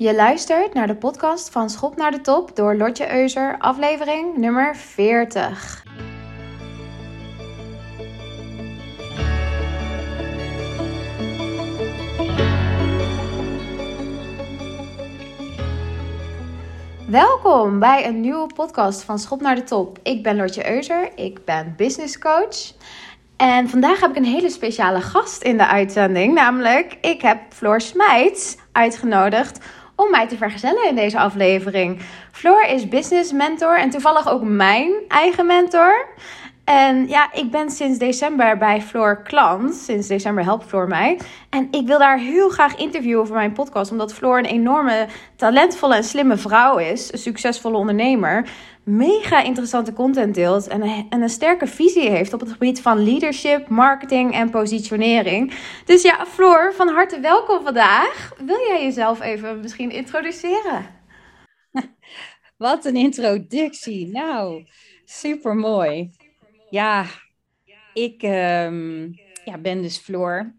Je luistert naar de podcast van Schop naar de Top door Lotje Euser, aflevering nummer 40. Welkom bij een nieuwe podcast van Schop naar de Top. Ik ben Lotje Euser, ik ben business coach. En vandaag heb ik een hele speciale gast in de uitzending. Namelijk, ik heb Floor Smijts uitgenodigd om mij te vergezellen in deze aflevering. Floor is business mentor en toevallig ook mijn eigen mentor. En ja, ik ben sinds december bij Floor klant. Sinds december helpt Floor mij. En ik wil daar heel graag interviewen voor mijn podcast. Omdat Floor een enorme talentvolle en slimme vrouw is. Een succesvolle ondernemer. Mega interessante content deelt. En een sterke visie heeft op het gebied van leadership, marketing en positionering. Dus ja, Floor, van harte welkom vandaag. Wil jij jezelf even misschien introduceren? Wat een introductie. Nou, supermooi. Ja, ik ben dus Floor.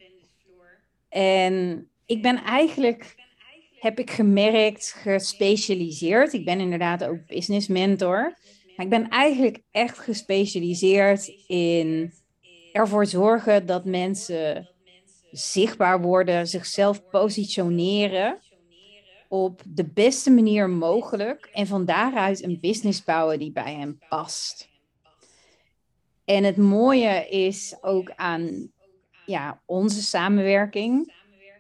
En ik ben eigenlijk, heb ik gemerkt, gespecialiseerd. Ik ben inderdaad ook business mentor. Maar ik ben eigenlijk echt gespecialiseerd in ervoor zorgen dat mensen zichtbaar worden, zichzelf positioneren op de beste manier mogelijk en van daaruit een business bouwen die bij hen past. En het mooie is ook aan onze samenwerking,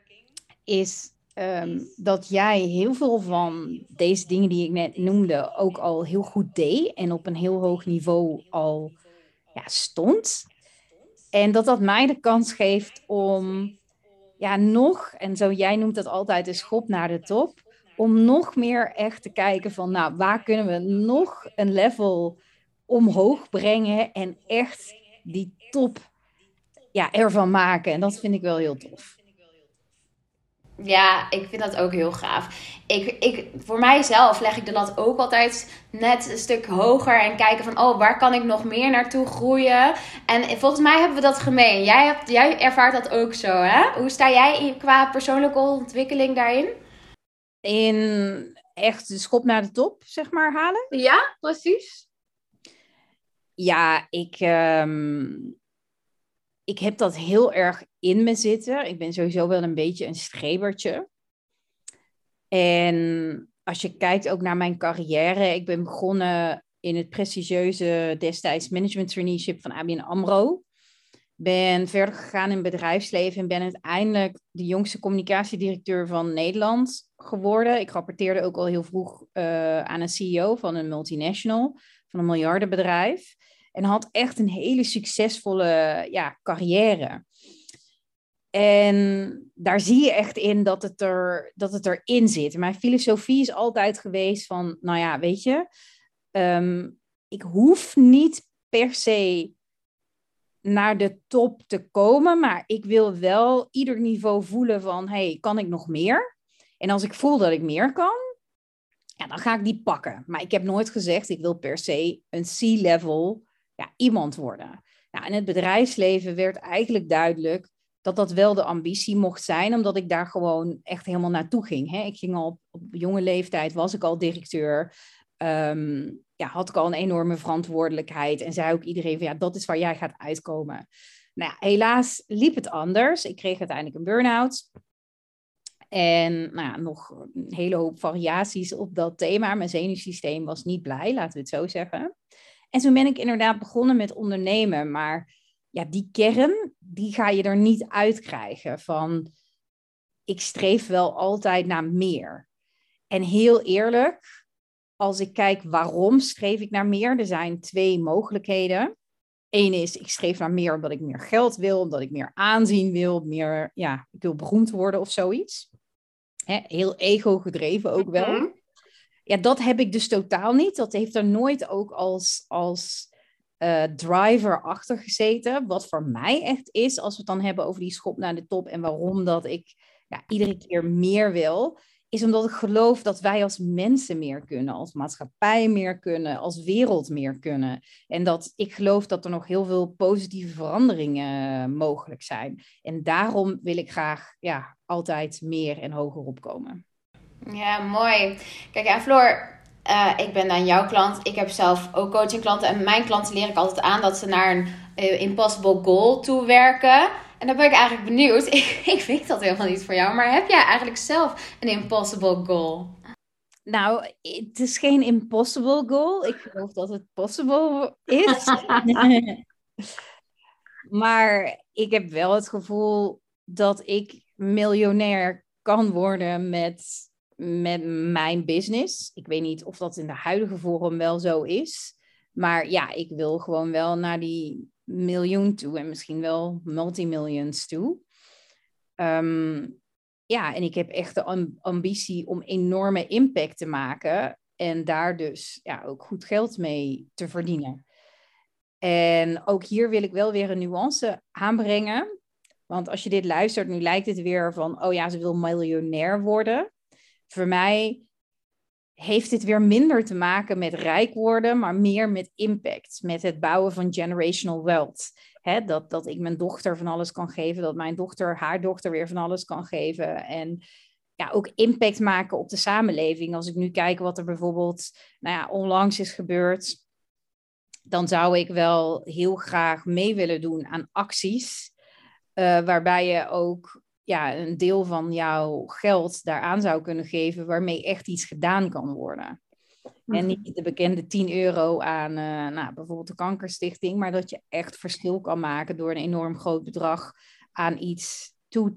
is dat jij heel veel van deze dingen die ik net noemde ook al heel goed deed en op een heel hoog niveau al stond. En dat mij de kans geeft om nog, en zo jij noemt dat altijd de schop naar de top, om nog meer echt te kijken van, waar kunnen we nog een level omhoog brengen en echt die top ervan maken. En dat vind ik wel heel tof. Ja, ik vind dat ook heel gaaf. Voor mijzelf leg ik de lat ook altijd net een stuk hoger. En kijken van, waar kan ik nog meer naartoe groeien? En volgens mij hebben we dat gemeen. Jij ervaart dat ook zo, hè? Hoe sta jij qua persoonlijke ontwikkeling daarin? In echt de schop naar de top, zeg maar, halen? Ja, precies. Ja, ik heb dat heel erg in me zitten. Ik ben sowieso wel een beetje een strebertje. En als je kijkt ook naar mijn carrière. Ik ben begonnen in het prestigieuze destijds management traineeship van ABN AMRO. Ben verder gegaan in het bedrijfsleven en ben uiteindelijk de jongste communicatiedirecteur van Nederland geworden. Ik rapporteerde ook al heel vroeg aan een CEO van een multinational, van een miljardenbedrijf. En had echt een hele succesvolle carrière. En daar zie je echt in dat het erin zit. Mijn filosofie is altijd geweest van, weet je, ik hoef niet per se naar de top te komen, maar ik wil wel ieder niveau voelen van, kan ik nog meer? En als ik voel dat ik meer kan, dan ga ik die pakken. Maar ik heb nooit gezegd, ik wil per se een C-level iemand worden. Nou, in het bedrijfsleven werd eigenlijk duidelijk dat dat wel de ambitie mocht zijn, omdat ik daar gewoon echt helemaal naartoe ging. Hè? Ik ging al op jonge leeftijd, was ik al directeur, had ik al een enorme verantwoordelijkheid en zei ook iedereen van, dat is waar jij gaat uitkomen. Nou ja, helaas liep het anders. Ik kreeg uiteindelijk een burn-out. En nog een hele hoop variaties op dat thema. Mijn zenuwsysteem was niet blij, laten we het zo zeggen. En toen ben ik inderdaad begonnen met ondernemen. Maar die kern, die ga je er niet uitkrijgen. Van, ik streef wel altijd naar meer. En heel eerlijk, als ik kijk waarom streef ik naar meer, er zijn twee mogelijkheden. Eén is, ik streef naar meer omdat ik meer geld wil, omdat ik meer aanzien wil, meer, ik wil beroemd worden of zoiets. Heel ego gedreven ook wel. Mm-hmm. Ja, dat heb ik dus totaal niet. Dat heeft er nooit ook als driver achter gezeten. Wat voor mij echt is, als we het dan hebben over die schop naar de top en waarom dat ik iedere keer meer wil, is omdat ik geloof dat wij als mensen meer kunnen, als maatschappij meer kunnen, als wereld meer kunnen. En dat ik geloof dat er nog heel veel positieve veranderingen mogelijk zijn. En daarom wil ik graag altijd meer en hoger opkomen. Ja, mooi. Kijk, en Floor, ik ben dan jouw klant. Ik heb zelf ook coachingklanten. En mijn klanten leer ik altijd aan dat ze naar een impossible goal toe werken. En dan ben ik eigenlijk benieuwd. Ik weet dat helemaal niet voor jou. Maar heb jij eigenlijk zelf een impossible goal? Nou, het is geen impossible goal. Ik geloof dat het possible is. Maar ik heb wel het gevoel dat ik miljonair kan worden met mijn business. Ik weet niet of dat in de huidige vorm wel zo is. Maar ja, ik wil gewoon wel naar die miljoen toe en misschien wel multimillions toe. Ehm, ja, en ik heb echt de ambitie om enorme impact te maken en daar dus ja, ook goed geld mee te verdienen. En ook hier wil ik wel weer een nuance aanbrengen. Want als je dit luistert, nu lijkt het weer van, oh ja, ze wil miljonair worden. Voor mij heeft dit weer minder te maken met rijk worden, maar meer met impact. Met het bouwen van generational wealth. Dat ik mijn dochter van alles kan geven, dat mijn dochter haar dochter weer van alles kan geven. En ja, ook impact maken op de samenleving. Als ik nu kijk wat er bijvoorbeeld onlangs is gebeurd, dan zou ik wel heel graag mee willen doen aan acties. Waarbij je ook een deel van jouw geld daaraan zou kunnen geven, waarmee echt iets gedaan kan worden. En niet de bekende 10 euro aan bijvoorbeeld de Kankerstichting, maar dat je echt verschil kan maken door een enorm groot bedrag aan iets toe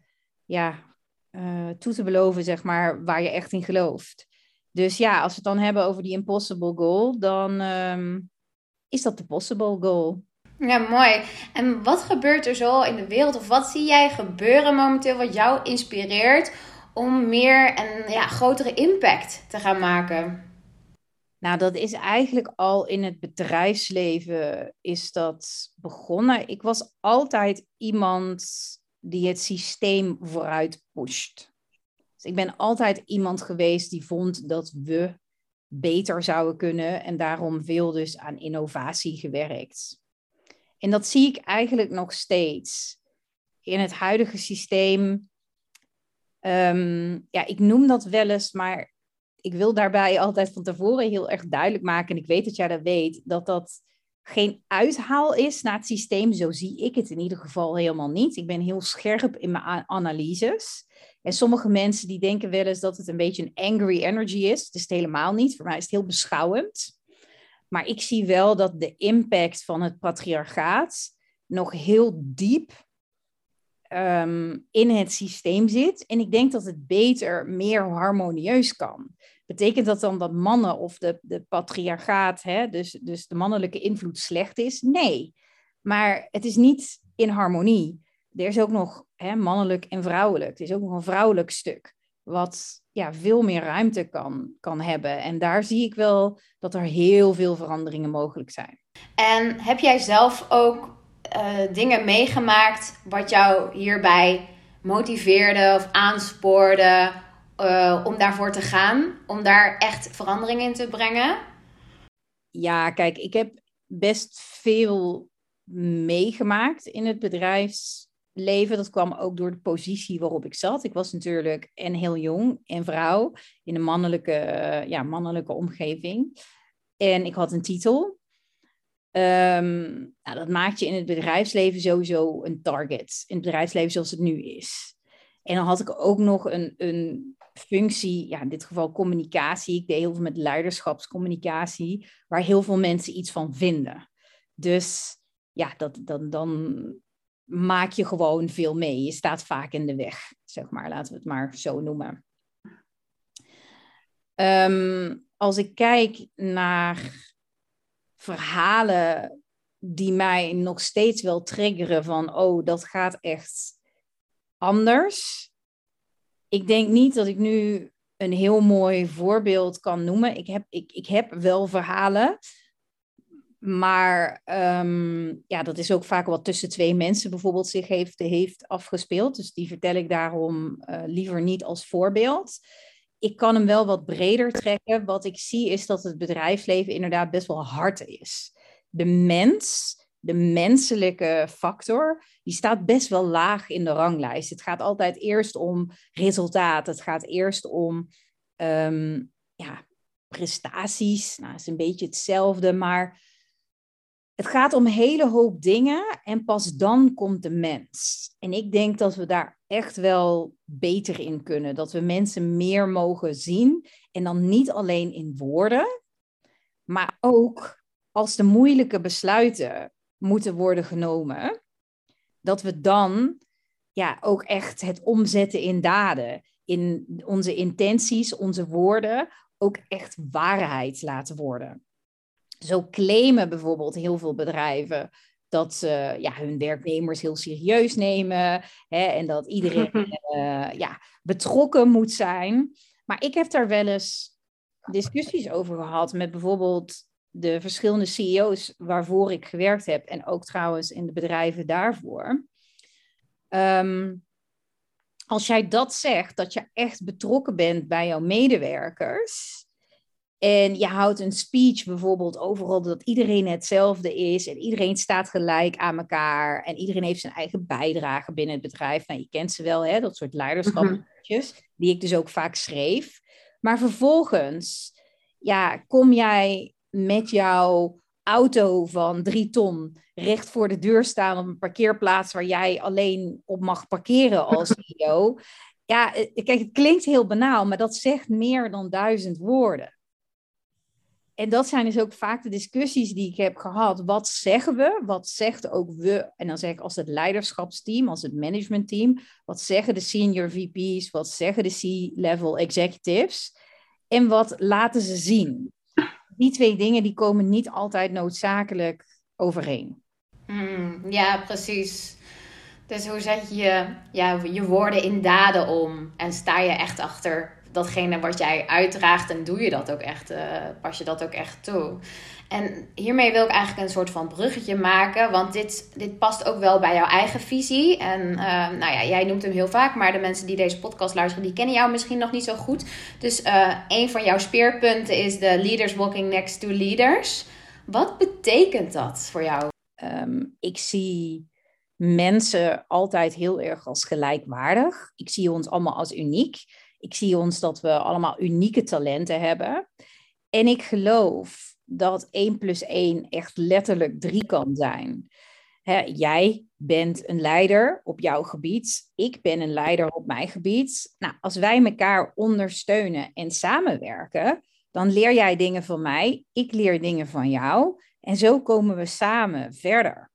te beloven, zeg maar, waar je echt in gelooft. Dus ja, als we het dan hebben over die impossible goal, dan is dat de possible goal. Ja, mooi. En wat gebeurt er zo in de wereld? Of wat zie jij gebeuren momenteel wat jou inspireert om meer en grotere impact te gaan maken? Nou, dat is eigenlijk al in het bedrijfsleven is dat begonnen. Ik was altijd iemand die het systeem vooruit pusht. Dus ik ben altijd iemand geweest die vond dat we beter zouden kunnen en daarom veel dus aan innovatie gewerkt. En dat zie ik eigenlijk nog steeds. In het huidige systeem, ik noem dat wel eens, maar ik wil daarbij altijd van tevoren heel erg duidelijk maken, en ik weet dat jij dat weet, dat dat geen uithaal is naar het systeem. Zo zie ik het in ieder geval helemaal niet. Ik ben heel scherp in mijn analyses. En sommige mensen die denken wel eens dat het een beetje een angry energy is. Het is het helemaal niet. Voor mij is het heel beschouwend. Maar ik zie wel dat de impact van het patriarchaat nog heel diep in het systeem zit. En ik denk dat het beter, meer harmonieus kan. Betekent dat dan dat mannen of de patriarchaat, dus de mannelijke invloed slecht is? Nee, maar het is niet in harmonie. Er is ook nog mannelijk en vrouwelijk. Er is ook nog een vrouwelijk stuk, wat veel meer ruimte kan hebben. En daar zie ik wel dat er heel veel veranderingen mogelijk zijn. En heb jij zelf ook dingen meegemaakt wat jou hierbij motiveerde of aanspoorde om daarvoor te gaan? Om daar echt verandering in te brengen? Ja, kijk, ik heb best veel meegemaakt in het bedrijfsleven. Dat kwam ook door de positie waarop ik zat. Ik was natuurlijk heel jong en vrouw in een mannelijke omgeving. En ik had een titel. Dat maakt je in het bedrijfsleven sowieso een target. In het bedrijfsleven zoals het nu is. En dan had ik ook nog een functie, in dit geval communicatie. Ik deed heel veel met leiderschapscommunicatie, waar heel veel mensen iets van vinden. Dus dan maak je gewoon veel mee. Je staat vaak in de weg, zeg maar. Laten we het maar zo noemen. Als ik kijk naar verhalen die mij nog steeds wel triggeren van, oh, dat gaat echt anders. Ik denk niet dat ik nu een heel mooi voorbeeld kan noemen. Ik heb wel verhalen, maar dat is ook vaak wat tussen twee mensen bijvoorbeeld zich heeft afgespeeld. Dus die vertel ik daarom liever niet als voorbeeld. Ik kan hem wel wat breder trekken. Wat ik zie is dat het bedrijfsleven inderdaad best wel hard is. De menselijke factor, die staat best wel laag in de ranglijst. Het gaat altijd eerst om resultaat. Het gaat eerst om Ja, prestaties, nou, is een beetje hetzelfde, maar het gaat om een hele hoop dingen en pas dan komt de mens. En ik denk dat we daar echt wel beter in kunnen. Dat we mensen meer mogen zien. En dan niet alleen in woorden, maar ook als de moeilijke besluiten moeten worden genomen. Dat we dan ook echt het omzetten in daden. In onze intenties, onze woorden ook echt waarheid laten worden. Zo claimen bijvoorbeeld heel veel bedrijven dat ze hun werknemers heel serieus nemen. Hè, en dat iedereen betrokken moet zijn. Maar ik heb daar wel eens discussies over gehad met bijvoorbeeld de verschillende CEO's waarvoor ik gewerkt heb. En ook trouwens in de bedrijven daarvoor. Als jij dat zegt, dat je echt betrokken bent bij jouw medewerkers. En je houdt een speech bijvoorbeeld overal dat iedereen hetzelfde is. En iedereen staat gelijk aan elkaar. En iedereen heeft zijn eigen bijdrage binnen het bedrijf. Nou, je kent ze wel, hè? Dat soort leiderschapjes. Die ik dus ook vaak schreef. Maar vervolgens kom jij met jouw auto van 3 ton recht voor de deur staan op een parkeerplaats waar jij alleen op mag parkeren als CEO. Ja, kijk, het klinkt heel banaal, maar dat zegt meer dan 1000 woorden. En dat zijn dus ook vaak de discussies die ik heb gehad. Wat zeggen we? Wat zegt ook we? En dan zeg ik als het leiderschapsteam, als het managementteam. Wat zeggen de senior VP's? Wat zeggen de C-level executives? En wat laten ze zien? Die 2 dingen die komen niet altijd noodzakelijk overeen. Ja, precies. Dus hoe zet je je woorden in daden om? En sta je echt achter datgene wat jij uitdraagt en doe je dat ook echt, pas je dat ook echt toe? En hiermee wil ik eigenlijk een soort van bruggetje maken, want dit past ook wel bij jouw eigen visie. En jij noemt hem heel vaak, maar de mensen die deze podcast luisteren, die kennen jou misschien nog niet zo goed. Dus een van jouw speerpunten is de Leaders Walking Next to Leaders. Wat betekent dat voor jou? Ik zie mensen altijd heel erg als gelijkwaardig. Ik zie ons allemaal als uniek. Ik zie ons dat we allemaal unieke talenten hebben. En ik geloof dat 1 + 1 echt letterlijk 3 kan zijn. Jij bent een leider op jouw gebied. Ik ben een leider op mijn gebied. Nou, als wij elkaar ondersteunen en samenwerken, dan leer jij dingen van mij. Ik leer dingen van jou. En zo komen we samen verder.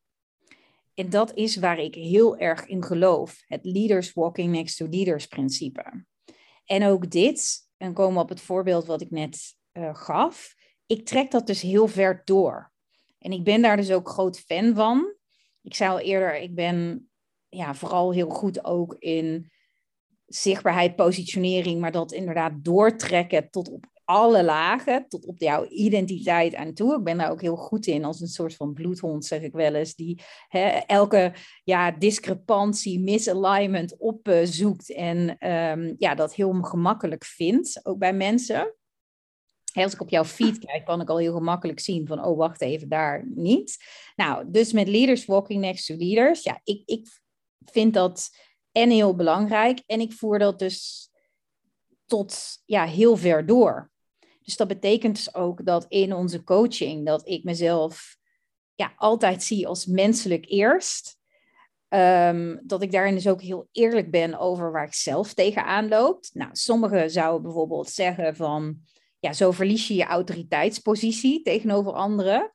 En dat is waar ik heel erg in geloof. Het Leaders Walking Next to Leaders principe. En ook dit, en komen we op het voorbeeld wat ik net gaf. Ik trek dat dus heel ver door. En ik ben daar dus ook groot fan van. Ik zei al eerder, ik ben vooral heel goed ook in zichtbaarheid, positionering. Maar dat inderdaad doortrekken tot op alle lagen, tot op jouw identiteit aan toe. Ik ben daar ook heel goed in, als een soort van bloedhond, zeg ik wel eens, die elke discrepantie, misalignment opzoekt en dat heel gemakkelijk vindt, ook bij mensen. Als ik op jouw feed kijk, kan ik al heel gemakkelijk zien van, oh, wacht even, daar niet. Nou, dus met Leaders Walking Next to Leaders, ik vind dat en heel belangrijk en ik voer dat dus tot heel ver door. Dus dat betekent dus ook dat in onze coaching, dat ik mezelf altijd zie als menselijk eerst. Dat ik daarin dus ook heel eerlijk ben over waar ik zelf tegenaan loop. Nou, sommigen zouden bijvoorbeeld zeggen van, zo verlies je je autoriteitspositie tegenover anderen.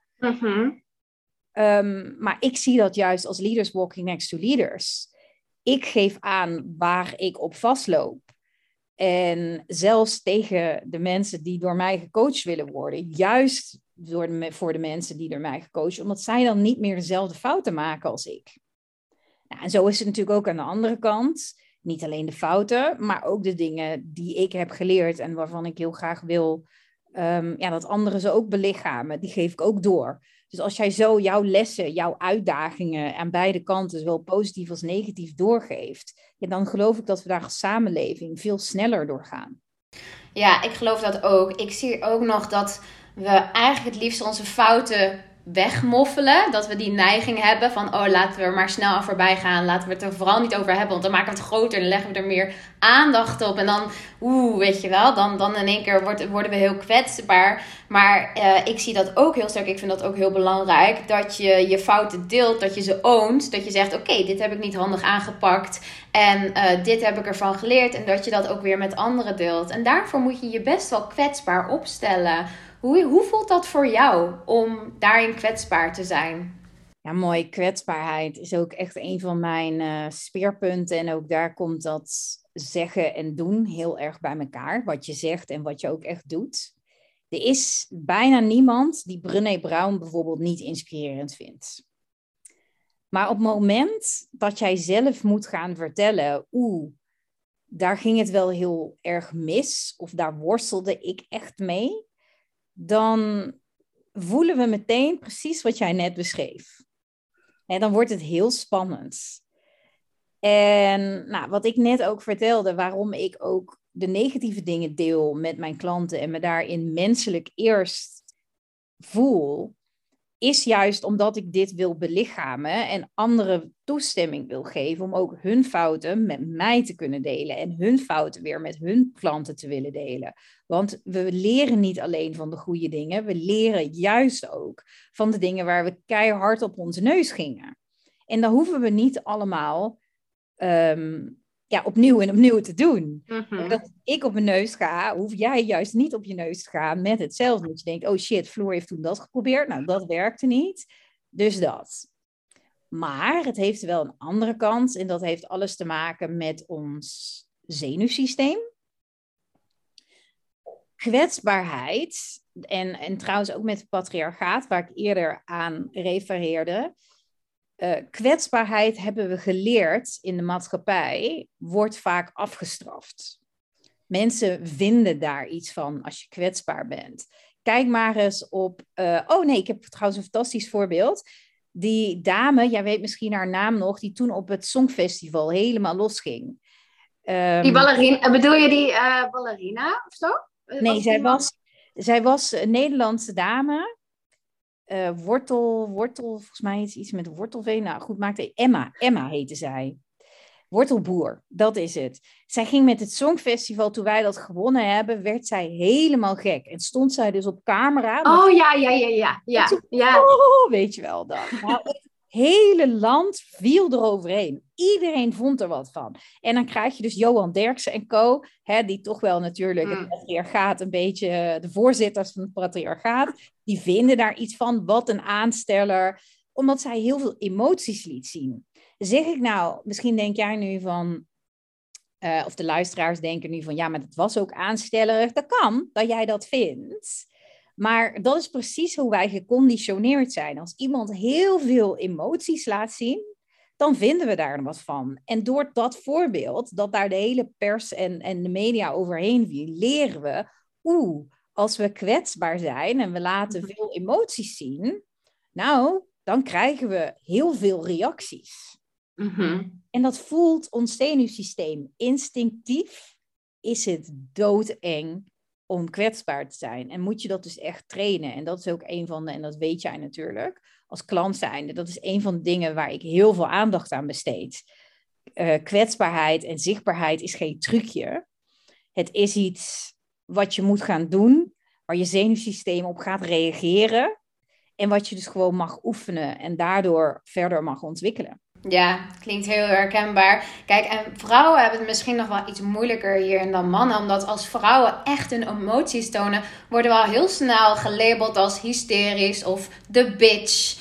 Maar ik zie dat juist als Leaders Walking Next to Leaders. Ik geef aan waar ik op vastloop. En zelfs tegen de mensen die door mij gecoacht willen worden, juist voor de mensen die door mij gecoacht, omdat zij dan niet meer dezelfde fouten maken als ik. Nou, en zo is het natuurlijk ook aan de andere kant. Niet alleen de fouten, maar ook de dingen die ik heb geleerd en waarvan ik heel graag wil dat anderen ze ook belichamen. Die geef ik ook door. Dus als jij zo jouw lessen, jouw uitdagingen aan beide kanten, zowel positief als negatief, doorgeeft, dan geloof ik dat we daar als samenleving veel sneller doorgaan. Ja, ik geloof dat ook. Ik zie ook nog dat we eigenlijk het liefst onze fouten wegmoffelen. Dat we die neiging hebben van, oh, laten we er maar snel aan voorbij gaan. Laten we het er vooral niet over hebben, want dan maken we het groter. Dan leggen we er meer aandacht op. En dan, weet je wel, dan in één keer worden we heel kwetsbaar. Maar ik zie dat ook heel sterk. Ik vind dat ook heel belangrijk. Dat je je fouten deelt, dat je ze oont. Dat je zegt, oké, dit heb ik niet handig aangepakt. En dit heb ik ervan geleerd. En dat je dat ook weer met anderen deelt. En daarvoor moet je je best wel kwetsbaar opstellen. Hoe voelt dat voor jou om daarin kwetsbaar te zijn? Ja, mooi. Kwetsbaarheid is ook echt een van mijn speerpunten. En ook daar komt dat zeggen en doen heel erg bij elkaar. Wat je zegt en wat je ook echt doet. Er is bijna niemand die Brené Brown bijvoorbeeld niet inspirerend vindt. Maar op het moment dat jij zelf moet gaan vertellen, daar ging het wel heel erg mis, of daar worstelde ik echt mee, dan voelen we meteen precies wat jij net beschreef. En dan wordt het heel spannend. En wat ik net ook vertelde, waarom ik ook de negatieve dingen deel met mijn klanten en me daarin menselijk eerst voel, is juist omdat ik dit wil belichamen en anderen toestemming wil geven om ook hun fouten met mij te kunnen delen en hun fouten weer met hun klanten te willen delen. Want we leren niet alleen van de goede dingen, we leren juist ook van de dingen waar we keihard op onze neus gingen. En dan hoeven we niet allemaal opnieuw en opnieuw te doen. Mm-hmm. Dat ik op mijn neus ga, hoef jij juist niet op je neus te gaan met hetzelfde. Dat je denkt, oh shit, Floor heeft toen dat geprobeerd. Nou, dat werkte niet. Dus dat. Maar het heeft wel een andere kant. En dat heeft alles te maken met ons zenuwsysteem. Kwetsbaarheid. En trouwens ook met het patriarchaat, waar ik eerder aan refereerde. Kwetsbaarheid hebben we geleerd in de maatschappij, wordt vaak afgestraft. Mensen vinden daar iets van als je kwetsbaar bent. Kijk maar eens op... ik heb trouwens een fantastisch voorbeeld. Die dame, jij weet misschien haar naam nog, die toen op het Songfestival helemaal losging. Die ballerina, bedoel je die ballerina of zo? Nee, zij was een Nederlandse dame... Wortel, volgens mij is iets met wortelveen. Nou goed, Emma heette zij. Wortelboer, dat is het. Zij ging met het Songfestival, toen wij dat gewonnen hebben, werd zij helemaal gek. En stond zij dus op camera. Oh ja. Weet je wel dan. Nou, het hele land viel eroverheen. Iedereen vond er wat van. En dan krijg je dus Johan Derksen en co. Die toch wel natuurlijk het patriarchaat een beetje... De voorzitters van het patriarchaat. Die vinden daar iets van. Wat een aansteller. Omdat zij heel veel emoties liet zien. Zeg ik nou... Misschien denk jij nu van... of de luisteraars denken nu van... Ja, maar het was ook aanstellerig. Dat kan, dat jij dat vindt. Maar dat is precies hoe wij geconditioneerd zijn. Als iemand heel veel emoties laat zien, dan vinden we daar wat van. En door dat voorbeeld, dat daar de hele pers en de media overheen viel, leren we, als we kwetsbaar zijn en we laten veel emoties zien, nou, dan krijgen we heel veel reacties. Mm-hmm. En dat voelt ons zenuwsysteem. Instinctief is het doodeng om kwetsbaar te zijn. En moet je dat dus echt trainen. En dat is ook een van de, en dat weet jij natuurlijk, als klant zijnde, dat is een van de dingen waar ik heel veel aandacht aan besteed. Kwetsbaarheid en zichtbaarheid is geen trucje. Het is iets wat je moet gaan doen, waar je zenuwsysteem op gaat reageren. En wat je dus gewoon mag oefenen en daardoor verder mag ontwikkelen. Ja, klinkt heel herkenbaar. Kijk, en vrouwen hebben het misschien nog wel iets moeilijker hierin dan mannen. Omdat als vrouwen echt hun emoties tonen, worden we al heel snel gelabeld als hysterisch of de bitch.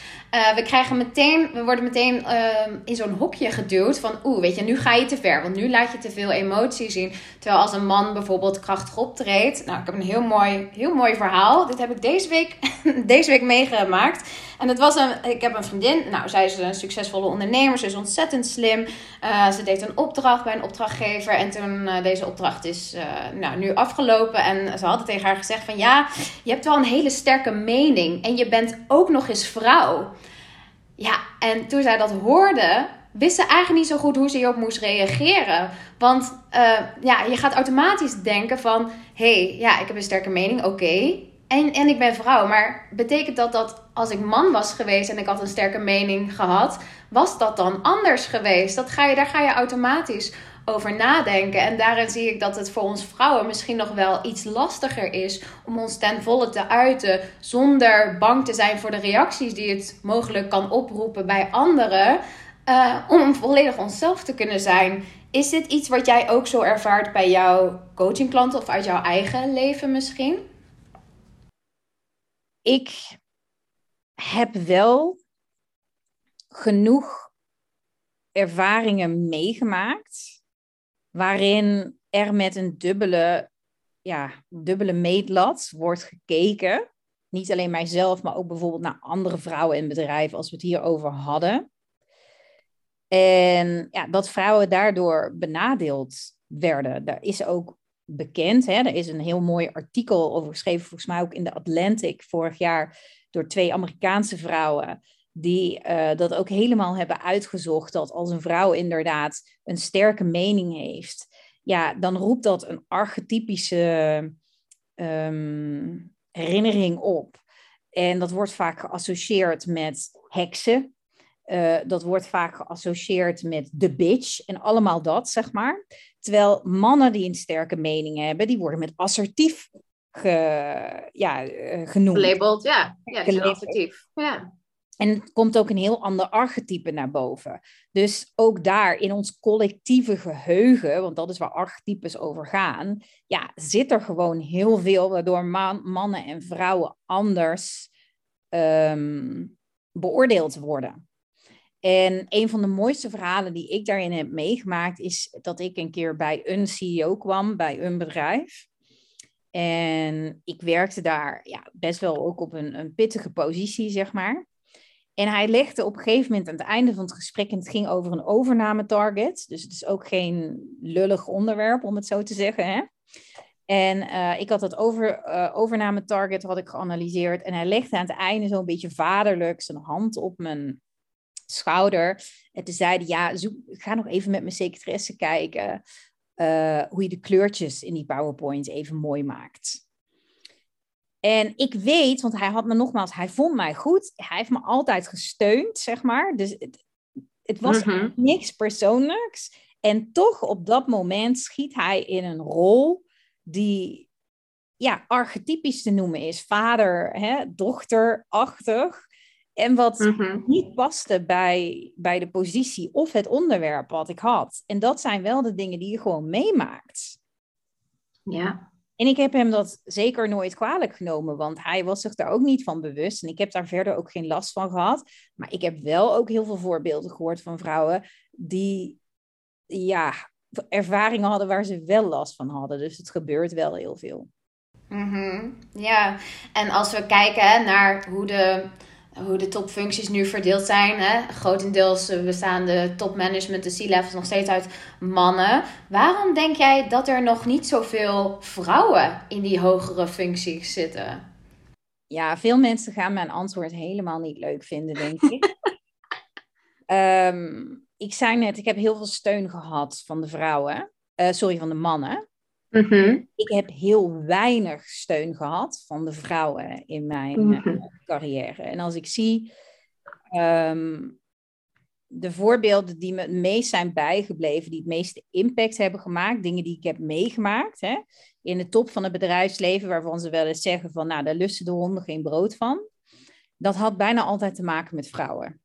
We worden meteen in zo'n hokje geduwd van, weet je, nu ga je te ver. Want nu laat je te veel emotie zien. Terwijl als een man bijvoorbeeld krachtig optreedt. Nou, ik heb een heel mooi verhaal. Dit heb ik deze week meegemaakt. En ik heb een vriendin. Nou, zij is een succesvolle ondernemer. Ze is ontzettend slim. Ze deed een opdracht bij een opdrachtgever. En toen deze opdracht is nu afgelopen. En ze hadden tegen haar gezegd van, ja, je hebt wel een hele sterke mening. En je bent ook nog eens vrouw. Ja, en toen zij dat hoorde, wist ze eigenlijk niet zo goed hoe ze hierop moest reageren. Want je gaat automatisch denken van, ik heb een sterke mening, oké. En ik ben vrouw, maar betekent dat als ik man was geweest en ik had een sterke mening gehad, was dat dan anders geweest? Daar ga je automatisch over nadenken. En daarin zie ik dat het voor ons vrouwen misschien nog wel iets lastiger is om ons ten volle te uiten, zonder bang te zijn voor de reacties die het mogelijk kan oproepen bij anderen, om volledig onszelf te kunnen zijn. Is dit iets wat jij ook zo ervaart bij jouw coachingklanten of uit jouw eigen leven misschien? Ik heb wel genoeg ervaringen meegemaakt waarin er met een dubbele meetlat wordt gekeken. Niet alleen mijzelf, maar ook bijvoorbeeld naar andere vrouwen in bedrijven, als we het hierover hadden. En ja, dat vrouwen daardoor benadeeld werden. Daar is ook bekend, hè? Er is een heel mooi artikel over geschreven, volgens mij ook in de Atlantic vorig jaar, door 2 Amerikaanse vrouwen, die dat ook helemaal hebben uitgezocht, dat als een vrouw inderdaad een sterke mening heeft, ja, dan roept dat een archetypische herinnering op. En dat wordt vaak geassocieerd met heksen. Dat wordt vaak geassocieerd met de bitch en allemaal dat, zeg maar. Terwijl mannen die een sterke mening hebben, die worden met assertief genoemd. Gelabeld, ja. Ja, die zijn assertief. Ja. En het komt ook een heel ander archetype naar boven. Dus ook daar in ons collectieve geheugen, want dat is waar archetypes over gaan, ja, zit er gewoon heel veel waardoor mannen en vrouwen anders beoordeeld worden. En een van de mooiste verhalen die ik daarin heb meegemaakt is dat ik een keer bij een CEO kwam, bij een bedrijf. En ik werkte daar best wel ook op een pittige positie, zeg maar. En hij legde op een gegeven moment aan het einde van het gesprek, en het ging over een overnametarget. Dus het is ook geen lullig onderwerp, om het zo te zeggen, hè. En ik had dat overnametarget had ik geanalyseerd. En hij legde aan het einde zo'n beetje vaderlijk zijn hand op mijn schouder. En toen zei hij, ga nog even met mijn secretaresse kijken hoe je de kleurtjes in die PowerPoint even mooi maakt. En ik weet, want hij vond mij goed. Hij heeft me altijd gesteund, zeg maar. Dus het was niks persoonlijks. En toch op dat moment schiet hij in een rol die archetypisch te noemen is. Vader, dochterachtig. En wat niet paste bij de positie of het onderwerp wat ik had. En dat zijn wel de dingen die je gewoon meemaakt. Ja. En ik heb hem dat zeker nooit kwalijk genomen, want hij was zich daar ook niet van bewust. En ik heb daar verder ook geen last van gehad. Maar ik heb wel ook heel veel voorbeelden gehoord van vrouwen die ervaringen hadden waar ze wel last van hadden. Dus het gebeurt wel heel veel. Ja, en als we kijken naar hoe de topfuncties nu verdeeld zijn. Grotendeels bestaan de topmanagement, de C-levels nog steeds uit mannen. Waarom denk jij dat er nog niet zoveel vrouwen in die hogere functies zitten? Ja, veel mensen gaan mijn antwoord helemaal niet leuk vinden, denk ik. Ik zei net, ik heb heel veel steun gehad van de van de mannen. Ik heb heel weinig steun gehad van de vrouwen in mijn carrière. En als ik zie de voorbeelden die me het meest zijn bijgebleven, die het meeste impact hebben gemaakt, dingen die ik heb meegemaakt, in de top van het bedrijfsleven, waarvan ze wel eens zeggen van, nou, daar lusten de honden geen brood van. Dat had bijna altijd te maken met vrouwen.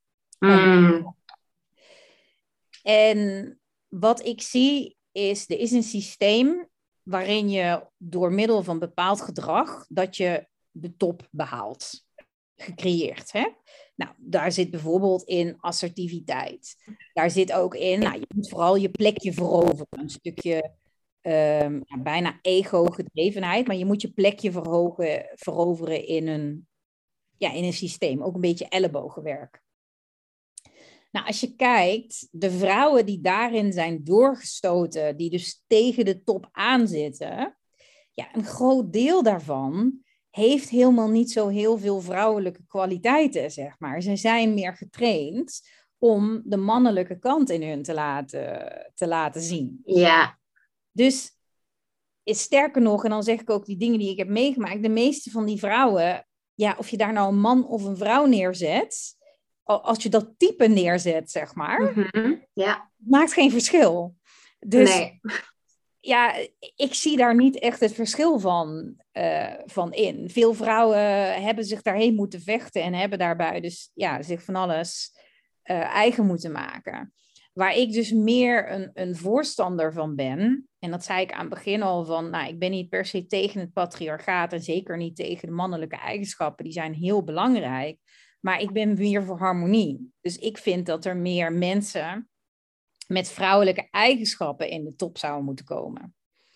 En wat ik zie is, er is een systeem waarin je door middel van bepaald gedrag dat je de top behaalt, gecreëerd. Hè? Nou, daar zit bijvoorbeeld in assertiviteit. Daar zit ook in, je moet vooral je plekje veroveren. Een stukje bijna ego-gedrevenheid, maar je moet je plekje veroveren in een systeem. Ook een beetje ellebogenwerk. Nou, als je kijkt, de vrouwen die daarin zijn doorgestoten, die dus tegen de top aanzitten, een groot deel daarvan heeft helemaal niet zo heel veel vrouwelijke kwaliteiten, zeg maar. Ze zijn meer getraind om de mannelijke kant in hun te laten zien. Ja. Dus sterker nog, en dan zeg ik ook die dingen die ik heb meegemaakt, de meeste van die vrouwen, ja, of je daar nou een man of een vrouw neerzet, als je dat type neerzet, zeg maar, Ja. maakt geen verschil. Dus Nee. ja, ik zie daar niet echt het verschil van in. Veel vrouwen hebben zich daarheen moeten vechten en hebben daarbij dus ja, zich van alles eigen moeten maken. Waar ik dus meer een voorstander van ben, en dat zei ik aan het begin al van, nou, ik ben niet per se tegen het patriarchaat en zeker niet tegen de mannelijke eigenschappen, die zijn heel belangrijk, maar ik ben meer voor harmonie. Dus ik vind dat er meer mensen met vrouwelijke eigenschappen in de top zouden moeten komen.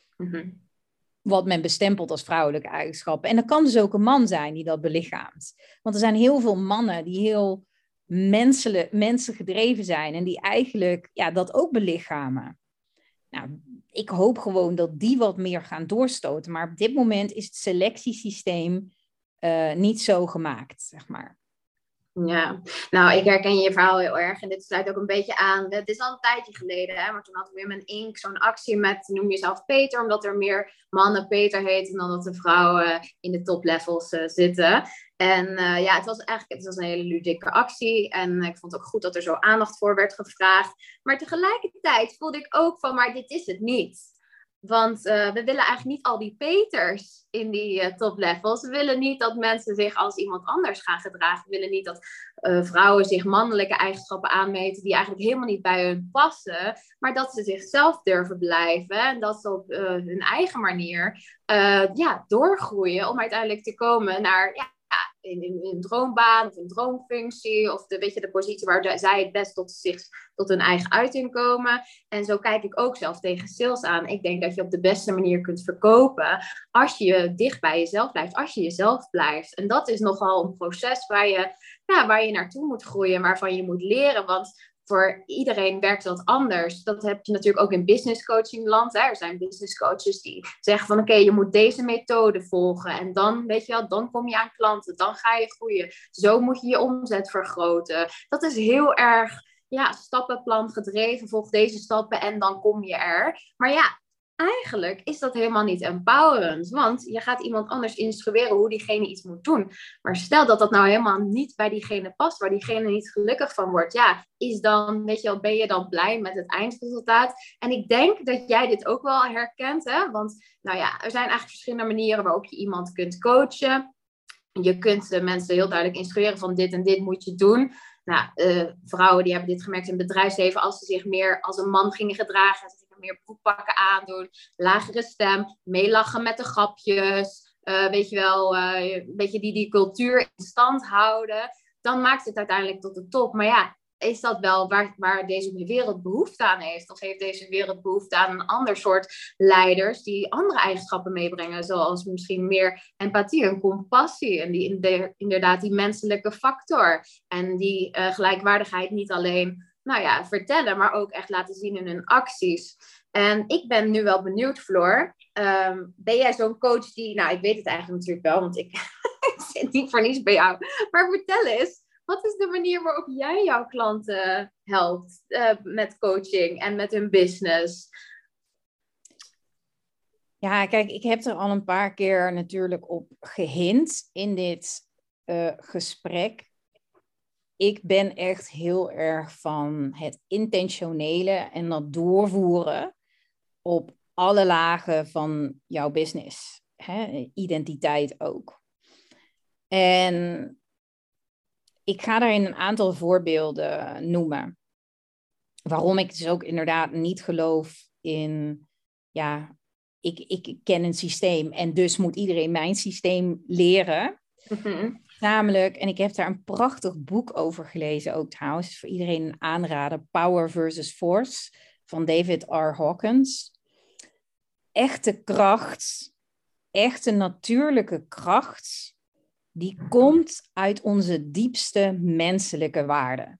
Wat men bestempelt als vrouwelijke eigenschappen. En dat kan dus ook een man zijn die dat belichaamt. Want er zijn heel veel mannen die heel mensengedreven zijn en die eigenlijk ja, dat ook belichamen. Nou, ik hoop gewoon dat die wat meer gaan doorstoten. Maar op dit moment is het selectiesysteem niet zo gemaakt, zeg maar. Ja, nou, ik herken je verhaal heel erg en dit sluit ook een beetje aan. Het is al een tijdje geleden, hè, maar toen hadden we weer met Inc. zo'n actie met noem jezelf Peter, omdat er meer mannen Peter heten dan dat de vrouwen in de toplevels zitten. En ja, het was een hele ludieke actie en ik vond het ook goed dat er zo aandacht voor werd gevraagd. Maar tegelijkertijd voelde ik ook van, maar dit is het niet. Want we willen eigenlijk niet al die Peters in die toplevels. We willen niet dat mensen zich als iemand anders gaan gedragen. We willen niet dat vrouwen zich mannelijke eigenschappen aanmeten die eigenlijk helemaal niet bij hun passen. Maar dat ze zichzelf durven blijven. En dat ze op hun eigen manier doorgroeien om uiteindelijk te komen naar in een droombaan of een droomfunctie. Of de positie waar zij het best tot hun eigen uiting komen. En zo kijk ik ook zelf tegen sales aan. Ik denk dat je op de beste manier kunt verkopen als je dicht bij jezelf blijft. Als je jezelf blijft. En dat is nogal een proces waar je naartoe moet groeien. Waarvan je moet leren. Want voor iedereen werkt dat anders. Dat heb je natuurlijk ook in business coaching land. Hè. Er zijn business coaches die zeggen van oké, je moet deze methode volgen. En dan, weet je wel, dan kom je aan klanten. Dan ga je groeien. Zo moet je je omzet vergroten. Dat is heel erg stappenplan gedreven. Volg deze stappen en dan kom je er. Maar ja, eigenlijk is dat helemaal niet empowerend. Want je gaat iemand anders instrueren hoe diegene iets moet doen. Maar stel dat dat nou helemaal niet bij diegene past, waar diegene niet gelukkig van wordt. Ja, ben je dan blij met het eindresultaat? En ik denk dat jij dit ook wel herkent. Hè? Want nou ja, er zijn eigenlijk verschillende manieren waarop je iemand kunt coachen. Je kunt de mensen heel duidelijk instrueren van dit en dit moet je doen. Nou, vrouwen die hebben dit gemerkt in het bedrijfsleven. Als ze zich meer als een man gingen gedragen. Ze gingen meer broekpakken aandoen. Lagere stem. Meelachen met de grapjes. Weet je wel. Een beetje die cultuur in stand houden. Dan maakt het uiteindelijk tot de top. Maar ja, is dat wel waar deze wereld behoefte aan heeft? Of heeft deze wereld behoefte aan een ander soort leiders die andere eigenschappen meebrengen, zoals misschien meer empathie en compassie en inderdaad die menselijke factor en die gelijkwaardigheid niet alleen vertellen, maar ook echt laten zien in hun acties. En ik ben nu wel benieuwd, Floor. Ben jij zo'n coach die, ik weet het eigenlijk natuurlijk wel, want ik zit niet voor niets bij jou. Maar vertel eens, wat is de manier waarop jij jouw klanten helpt met coaching en met hun business? Ja, kijk, ik heb er al een paar keer natuurlijk op gehint in dit gesprek. Ik ben echt heel erg van het intentionele en dat doorvoeren op alle lagen van jouw business. Hè? Identiteit ook. En ik ga daarin een aantal voorbeelden noemen. Waarom ik dus ook inderdaad niet geloof in, ik ken een systeem en dus moet iedereen mijn systeem leren. Mm-hmm. Namelijk, en ik heb daar een prachtig boek over gelezen ook trouwens, voor iedereen een aanrader, Power versus Force van David R. Hawkins. Echte kracht, echte natuurlijke kracht, die komt uit onze diepste menselijke waarden.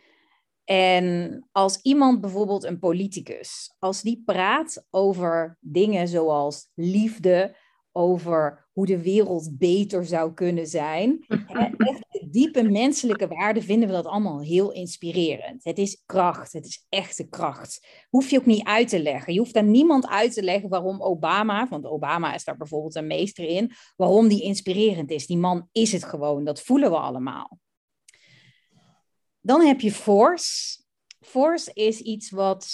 En als iemand bijvoorbeeld een politicus, als die praat over dingen zoals liefde, over hoe de wereld beter zou kunnen zijn, echt de diepe menselijke waarden vinden we dat allemaal heel inspirerend. Het is kracht, het is echte kracht. Hoef je ook niet uit te leggen. Je hoeft aan niemand uit te leggen waarom Obama, want Obama is daar bijvoorbeeld een meester in, waarom die inspirerend is. Die man is het gewoon, dat voelen we allemaal. Dan heb je force. Force is iets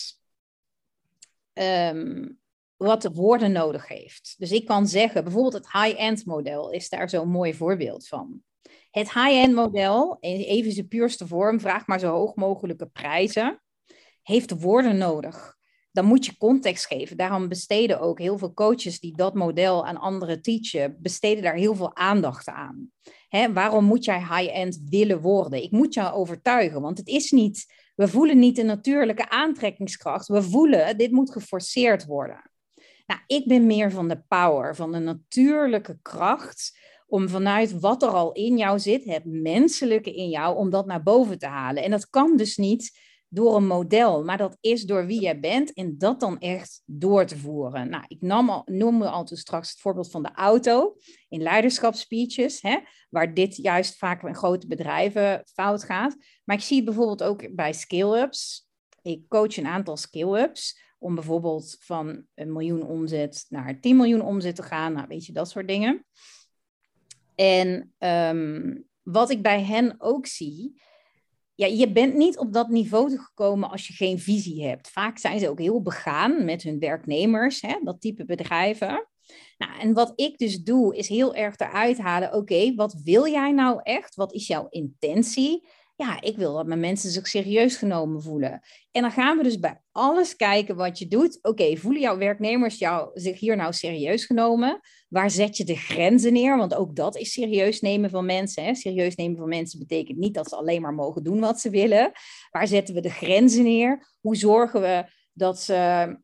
wat woorden nodig heeft. Dus ik kan zeggen, bijvoorbeeld het high-end model is daar zo'n mooi voorbeeld van. Het high-end model, even zijn puurste vorm, vraagt maar zo hoog mogelijke prijzen, heeft woorden nodig. Dan moet je context geven. Daarom besteden ook heel veel coaches die dat model aan anderen teachen, besteden daar heel veel aandacht aan. Waarom moet jij high-end willen worden? Ik moet jou overtuigen, want het is niet, we voelen niet de natuurlijke aantrekkingskracht. We voelen, dit moet geforceerd worden. Nou, ik ben meer van de power, van de natuurlijke kracht, om vanuit wat er al in jou zit, het menselijke in jou, om dat naar boven te halen. En dat kan dus niet door een model, maar dat is door wie jij bent en dat dan echt door te voeren. Nou, ik noemde al toen straks het voorbeeld van de auto in leiderschapsspeeches, waar dit juist vaak in grote bedrijven fout gaat. Maar ik zie het bijvoorbeeld ook bij scale-ups. Ik coach een aantal scale-ups om bijvoorbeeld van 1 miljoen omzet naar 10 miljoen omzet te gaan. Nou, weet je, dat soort dingen. En wat ik bij hen ook zie, ja, je bent niet op dat niveau gekomen als je geen visie hebt. Vaak zijn ze ook heel begaan met hun werknemers, dat type bedrijven. Nou, en wat ik dus doe, is heel erg eruit halen, oké, wat wil jij nou echt? Wat is jouw intentie? Ja, ik wil dat mijn mensen zich serieus genomen voelen. En dan gaan we dus bij alles kijken wat je doet. Oké, voelen jouw werknemers zich hier nou serieus genomen? Waar zet je de grenzen neer? Want ook dat is serieus nemen van mensen. Serieus nemen van mensen betekent niet dat ze alleen maar mogen doen wat ze willen. Waar zetten we de grenzen neer? Hoe zorgen we dat ze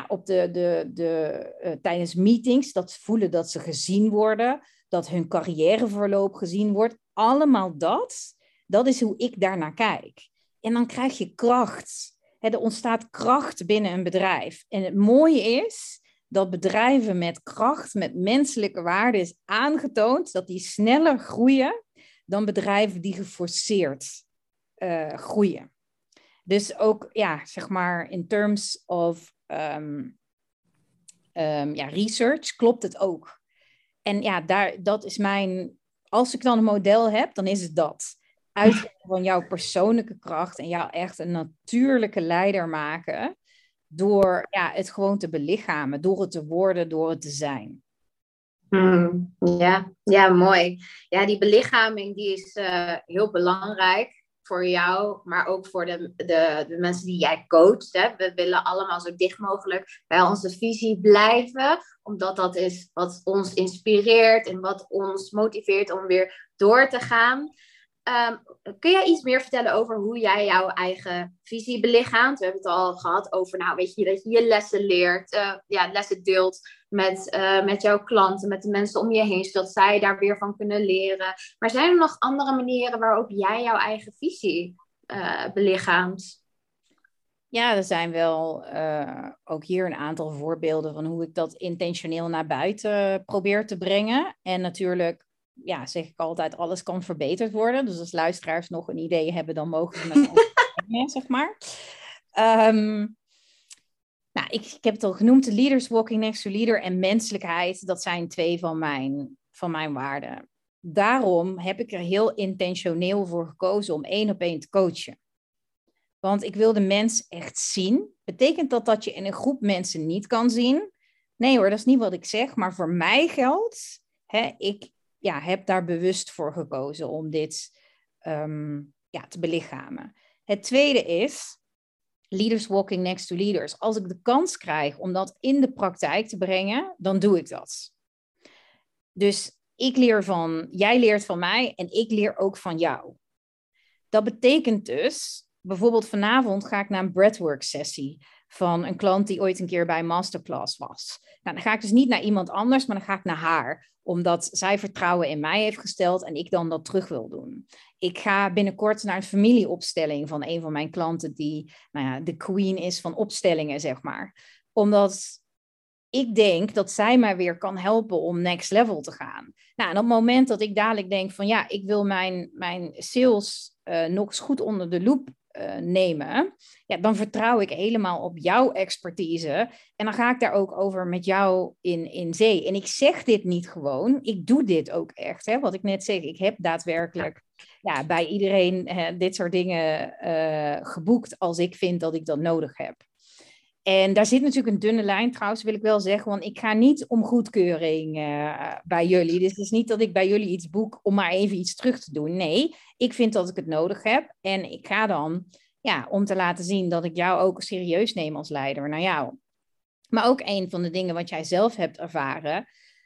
tijdens meetings dat voelen dat ze gezien worden? Dat hun carrièreverloop gezien wordt? Allemaal dat is hoe ik daarnaar kijk. En dan krijg je kracht. Er ontstaat kracht binnen een bedrijf. En het mooie is dat bedrijven met kracht, met menselijke waarden is aangetoond dat die sneller groeien dan bedrijven die geforceerd groeien. Dus ook, zeg maar, in terms of research klopt het ook. En dat is als ik dan een model heb, dan is het dat. Uitgaan van jouw persoonlijke kracht en jou echt een natuurlijke leider maken door het gewoon te belichamen, door het te worden, door het te zijn. Ja, mooi. Ja, die belichaming die is heel belangrijk voor jou, maar ook voor de mensen die jij coacht. Hè. We willen allemaal zo dicht mogelijk bij onze visie blijven, omdat dat is wat ons inspireert en wat ons motiveert om weer door te gaan. Kun jij iets meer vertellen over hoe jij jouw eigen visie belichaamt? We hebben het al gehad over, weet je, dat je je lessen leert, lessen deelt met jouw klanten, met de mensen om je heen, zodat zij daar weer van kunnen leren. Maar zijn er nog andere manieren waarop jij jouw eigen visie belichaamt? Ja, er zijn wel ook hier een aantal voorbeelden van hoe ik dat intentioneel naar buiten probeer te brengen. En natuurlijk, zeg ik altijd, alles kan verbeterd worden. Dus als luisteraars nog een idee hebben, dan mogen ze met ons zeg maar. Ik heb het al genoemd, de Leaders Walking Next to Leader en menselijkheid. Dat zijn 2 van mijn waarden. Daarom heb ik er heel intentioneel voor gekozen om 1-op-1 te coachen. Want ik wil de mens echt zien. Betekent dat je in een groep mensen niet kan zien? Nee hoor, dat is niet wat ik zeg. Maar voor mij geldt, ik heb daar bewust voor gekozen om dit te belichamen. Het tweede is Leaders Walking Next to Leaders. Als ik de kans krijg om dat in de praktijk te brengen, dan doe ik dat. Dus ik leer jij leert van mij en ik leer ook van jou. Dat betekent dus, bijvoorbeeld vanavond ga ik naar een breathwork sessie van een klant die ooit een keer bij een masterclass was. Nou, dan ga ik dus niet naar iemand anders, maar dan ga ik naar haar. Omdat zij vertrouwen in mij heeft gesteld en ik dan dat terug wil doen. Ik ga binnenkort naar een familieopstelling van een van mijn klanten die de queen is van opstellingen, zeg maar. Omdat ik denk dat zij mij weer kan helpen om next level te gaan. Nou, en op het moment dat ik dadelijk denk van ja, ik wil mijn sales nog eens goed onder de loep nemen, ja, dan vertrouw ik helemaal op jouw expertise. En dan ga ik daar ook over met jou in zee. En ik zeg dit niet gewoon, ik doe dit ook echt. Hè? Wat ik net zeg, ik heb daadwerkelijk bij iedereen dit soort dingen geboekt als ik vind dat ik dat nodig heb. En daar zit natuurlijk een dunne lijn trouwens, wil ik wel zeggen. Want ik ga niet om goedkeuring bij jullie. Dus het is niet dat ik bij jullie iets boek om maar even iets terug te doen. Nee, ik vind dat ik het nodig heb. En ik ga dan, om te laten zien dat ik jou ook serieus neem als leider naar jou. Maar ook een van de dingen wat jij zelf hebt ervaren.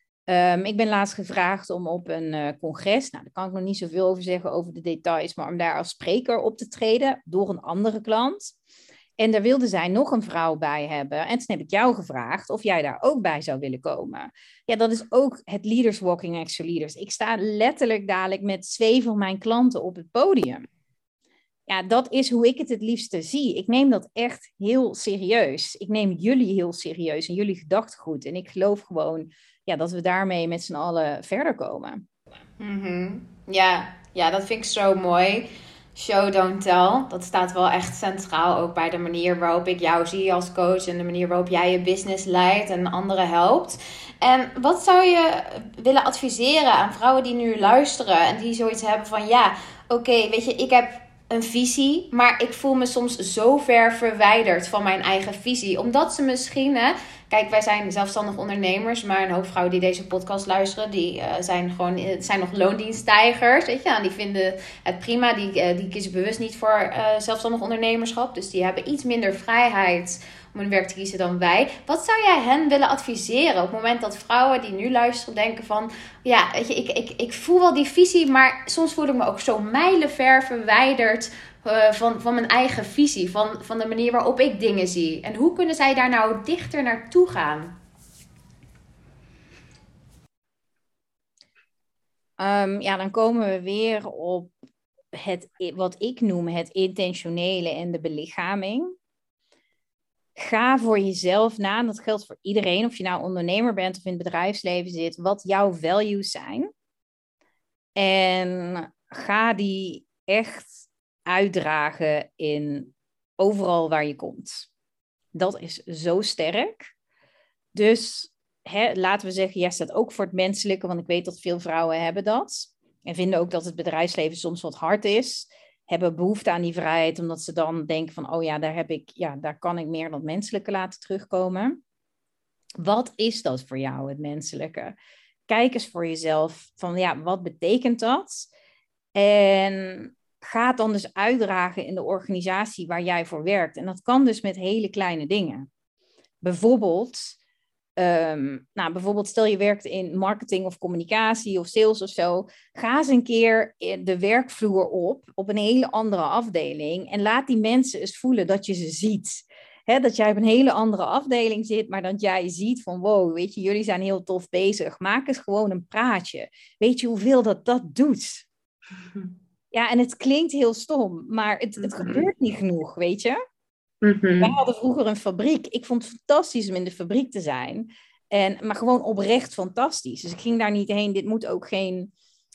Ik ben laatst gevraagd om op een congres, nou daar kan ik nog niet zoveel over zeggen over de details, maar om daar als spreker op te treden door een andere klant. En daar wilde zij nog een vrouw bij hebben. En toen heb ik jou gevraagd of jij daar ook bij zou willen komen. Ja, dat is ook het Leaders Walking Extra Leaders. Ik sta letterlijk dadelijk met 2 van mijn klanten op het podium. Ja, dat is hoe ik het liefste zie. Ik neem dat echt heel serieus. Ik neem jullie heel serieus en jullie gedachtegoed. En ik geloof gewoon dat we daarmee met z'n allen verder komen. Mm-hmm. Ja, dat vind ik zo mooi. Show, don't tell. Dat staat wel echt centraal ook bij de manier waarop ik jou zie als coach. En de manier waarop jij je business leidt en anderen helpt. En wat zou je willen adviseren aan vrouwen die nu luisteren en die zoiets hebben van oké, weet je, ik heb een visie, maar ik voel me soms zo ver verwijderd van mijn eigen visie. Omdat ze misschien, kijk, wij zijn zelfstandig ondernemers, maar een hoop vrouwen die deze podcast luisteren, die zijn nog loondienststijgers, weet je. En die vinden het prima, die kiezen bewust niet voor zelfstandig ondernemerschap. Dus die hebben iets minder vrijheid om hun werk te kiezen dan wij. Wat zou jij hen willen adviseren op het moment dat vrouwen die nu luisteren denken van, weet je, ik voel wel die visie, maar soms voel ik me ook zo mijlenver verwijderd van mijn eigen visie, van de manier waarop ik dingen zie. En hoe kunnen zij daar nou dichter naartoe gaan? Dan komen we weer op wat ik noem het intentionele en de belichaming. Ga voor jezelf na, en dat geldt voor iedereen, of je nou ondernemer bent of in het bedrijfsleven zit, wat jouw values zijn. En ga die echt uitdragen in overal waar je komt. Dat is zo sterk. Dus laten we zeggen, jij staat ook voor het menselijke, want ik weet dat veel vrouwen hebben dat. En vinden ook dat het bedrijfsleven soms wat hard is. Hebben behoefte aan die vrijheid, omdat ze dan denken van, daar kan ik meer dat menselijke laten terugkomen. Wat is dat voor jou, het menselijke? Kijk eens voor jezelf van, wat betekent dat? En ga het dan dus uitdragen in de organisatie waar jij voor werkt. En dat kan dus met hele kleine dingen. Bijvoorbeeld stel je werkt in marketing of communicatie of sales of zo. Ga eens een keer de werkvloer op een hele andere afdeling. En laat die mensen eens voelen dat je ze ziet. Dat jij op een hele andere afdeling zit, maar dat jij ziet van wow, weet je, jullie zijn heel tof bezig. Maak eens gewoon een praatje. Weet je hoeveel dat doet? Ja, en het klinkt heel stom, maar het gebeurt niet genoeg, weet je? Mm-hmm. Wij hadden vroeger een fabriek. Ik vond het fantastisch om in de fabriek te zijn. Maar gewoon oprecht fantastisch. Dus ik ging daar niet heen. Dit moet ook geen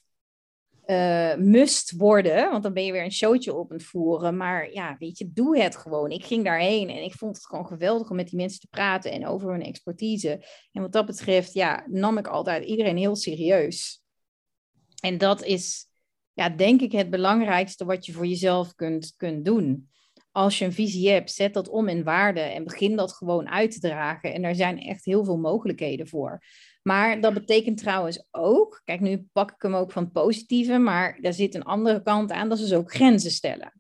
must worden. Want dan ben je weer een showtje op het voeren. Maar weet je, doe het gewoon. Ik ging daarheen en ik vond het gewoon geweldig om met die mensen te praten en over hun expertise. En wat dat betreft, nam ik altijd iedereen heel serieus. En dat is, denk ik, het belangrijkste wat je voor jezelf kunt doen. Als je een visie hebt, zet dat om in waarde en begin dat gewoon uit te dragen. En er zijn echt heel veel mogelijkheden voor. Maar dat betekent trouwens ook, kijk, nu pak ik hem ook van het positieve, maar daar zit een andere kant aan, dat is dus ook grenzen stellen.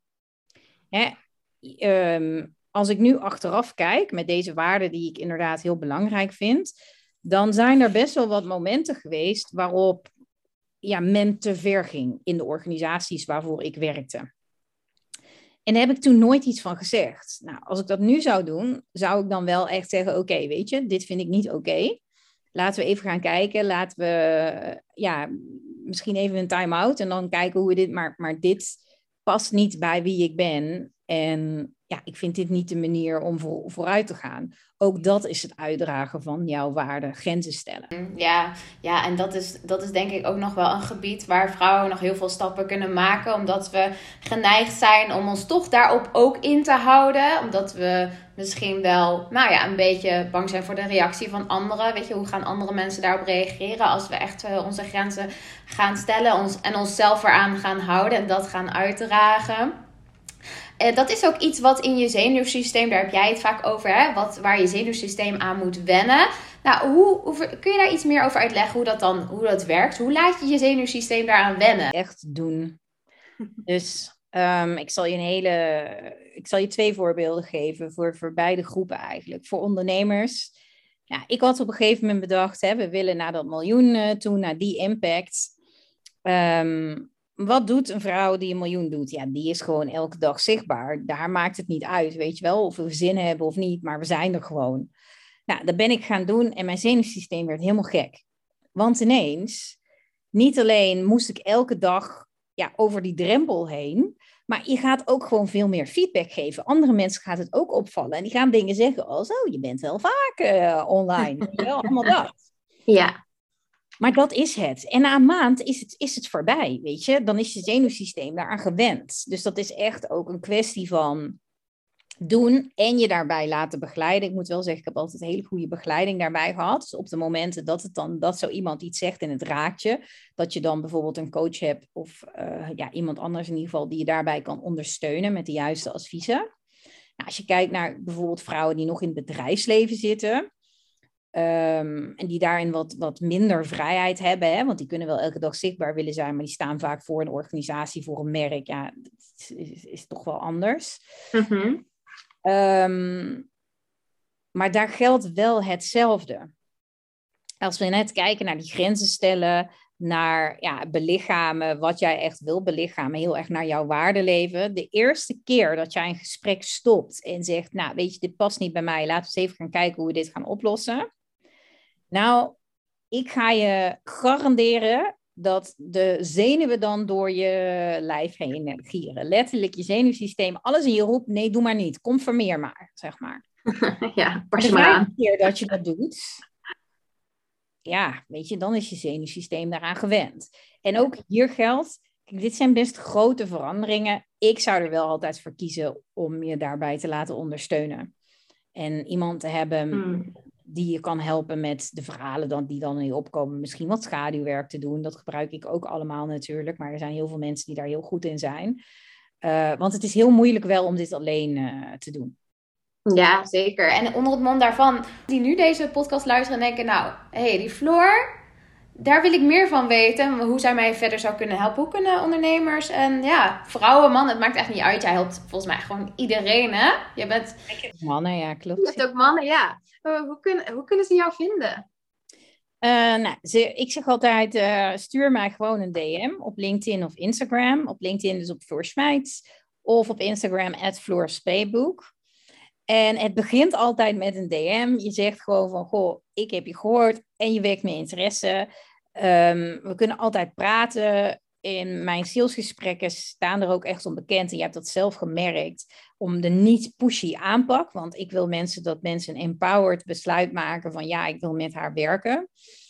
Als ik nu achteraf kijk met deze waarden die ik inderdaad heel belangrijk vind, dan zijn er best wel wat momenten geweest waarop men te ver ging in de organisaties waarvoor ik werkte. En daar heb ik toen nooit iets van gezegd. Nou, als ik dat nu zou doen, zou ik dan wel echt zeggen, oké, weet je, dit vind ik niet oké. Laten we even gaan kijken. Laten we misschien even een time-out en dan kijken hoe we dit, maar dit past niet bij wie ik ben. En ja, ik vind dit niet de manier om vooruit te gaan. Ook dat is het uitdragen van jouw waarden, grenzen stellen. Ja, en dat is denk ik ook nog wel een gebied waar vrouwen nog heel veel stappen kunnen maken. Omdat we geneigd zijn om ons toch daarop ook in te houden. Omdat we misschien wel, een beetje bang zijn voor de reactie van anderen. Weet je, hoe gaan andere mensen daarop reageren als we echt onze grenzen gaan stellen en onszelf eraan gaan houden en dat gaan uitdragen. Dat is ook iets wat in je zenuwsysteem, daar heb jij het vaak over, hè? Waar je zenuwsysteem aan moet wennen. Nou, kun je daar iets meer over uitleggen hoe dat werkt? Hoe laat je je zenuwsysteem daaraan wennen? Echt doen. Dus ik zal je 2 voorbeelden geven voor beide groepen eigenlijk. Voor ondernemers. Ja, ik had op een gegeven moment bedacht, we willen naar dat miljoen toe, naar die impact. Wat doet een vrouw die 1 miljoen doet? Ja, die is gewoon elke dag zichtbaar. Daar maakt het niet uit, weet je wel, of we zin hebben of niet, maar we zijn er gewoon. Nou, dat ben ik gaan doen en mijn zenuwsysteem werd helemaal gek. Want ineens, niet alleen moest ik elke dag over die drempel heen, maar je gaat ook gewoon veel meer feedback geven. Andere mensen gaat het ook opvallen en die gaan dingen zeggen als, je bent wel vaak online. Wel, allemaal dat. Ja. Maar dat is het. En na een maand is het voorbij, weet je. Dan is je zenuwsysteem daaraan gewend. Dus dat is echt ook een kwestie van doen en je daarbij laten begeleiden. Ik moet wel zeggen, ik heb altijd een hele goede begeleiding daarbij gehad. Dus op de momenten dat zo iemand iets zegt en het raakt je, dat je dan bijvoorbeeld een coach hebt of iemand anders in ieder geval die je daarbij kan ondersteunen met de juiste adviezen. Nou, als je kijkt naar bijvoorbeeld vrouwen die nog in het bedrijfsleven zitten, en die daarin wat minder vrijheid hebben, hè? Want die kunnen wel elke dag zichtbaar willen zijn, maar die staan vaak voor een organisatie, voor een merk. Ja, dat is toch wel anders. Mm-hmm. Maar daar geldt wel hetzelfde. Als we net kijken naar die grenzen stellen, naar belichamen, wat jij echt wil belichamen, heel erg naar jouw waardeleven. De eerste keer dat jij een gesprek stopt en zegt, nou weet je, dit past niet bij mij, laten we eens even gaan kijken hoe we dit gaan oplossen. Nou, ik ga je garanderen dat de zenuwen dan door je lijf heen gieren. Letterlijk je zenuwsysteem, alles in je roept, nee, doe maar niet. Conformeer maar, zeg maar. Ja, pas je maar aan. De keer dat je dat doet, weet je, dan is je zenuwsysteem daaraan gewend. En ook hier geldt, kijk, dit zijn best grote veranderingen. Ik zou er wel altijd voor kiezen om je daarbij te laten ondersteunen. En iemand te hebben die je kan helpen met de verhalen die dan in opkomen. Misschien wat schaduwwerk te doen. Dat gebruik ik ook allemaal natuurlijk. Maar er zijn heel veel mensen die daar heel goed in zijn. Want het is heel moeilijk wel om dit alleen te doen. Ja, zeker. En onder het mom daarvan, die nu deze podcast luisteren en denken, die Floor, daar wil ik meer van weten. Hoe zij mij verder zou kunnen helpen. Hoe kunnen ondernemers en vrouwen, man, het maakt echt niet uit. Jij helpt volgens mij gewoon iedereen, hè? Ik heb mannen, ja, klopt. Je hebt ook mannen, ja. Hoe kunnen ze jou vinden? Ik zeg altijd, stuur mij gewoon een DM op LinkedIn of Instagram. Op LinkedIn dus op Floor Smijts. Of op Instagram @FloorSpaybook. En het begint altijd met een DM. Je zegt gewoon van, goh, ik heb je gehoord en je wekt mijn interesse. We kunnen altijd praten. In mijn salesgesprekken staan er ook echt om bekend. En je hebt dat zelf gemerkt. Om de niet pushy aanpak. Want ik wil dat mensen een empowered besluit maken van ik wil met haar werken.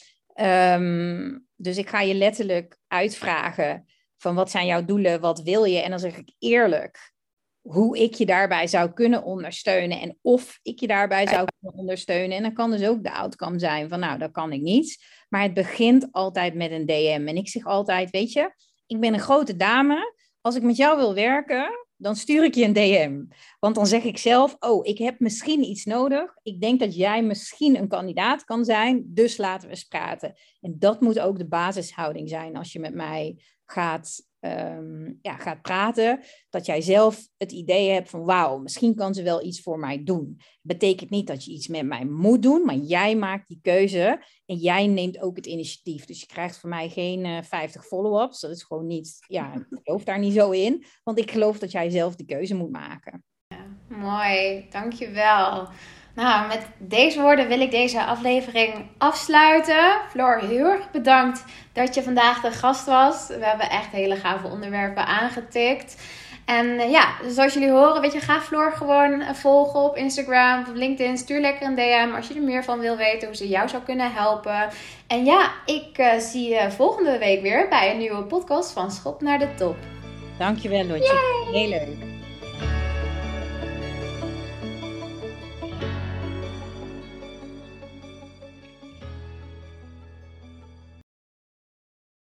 Dus ik ga je letterlijk uitvragen van wat zijn jouw doelen, wat wil je? En dan zeg ik eerlijk hoe ik je daarbij zou kunnen ondersteunen en of ik je daarbij zou kunnen ondersteunen. En dan kan dus ook de outcome zijn van dat kan ik niet. Maar het begint altijd met een DM. En ik zeg altijd, weet je, ik ben een grote dame. Als ik met jou wil werken, dan stuur ik je een DM. Want dan zeg ik zelf, ik heb misschien iets nodig. Ik denk dat jij misschien een kandidaat kan zijn. Dus laten we eens praten. En dat moet ook de basishouding zijn als je met mij gaat praten, dat jij zelf het idee hebt van wauw, misschien kan ze wel iets voor mij doen. Betekent niet dat je iets met mij moet doen, maar jij maakt die keuze en jij neemt ook het initiatief. Dus je krijgt van mij geen 50 follow-ups. Dat is gewoon niet, ik geloof daar niet zo in, want ik geloof dat jij zelf de keuze moet maken. Ja, mooi, dankjewel. Nou, met deze woorden wil ik deze aflevering afsluiten. Floor, heel erg bedankt dat je vandaag de gast was. We hebben echt hele gave onderwerpen aangetikt. En zoals jullie horen, weet je, ga Floor gewoon volgen op Instagram of op LinkedIn. Stuur lekker een DM als je er meer van wil weten, hoe ze jou zou kunnen helpen. En ik zie je volgende week weer bij een nieuwe podcast van Schop naar de Top. Dankjewel, Lotje. Heel leuk.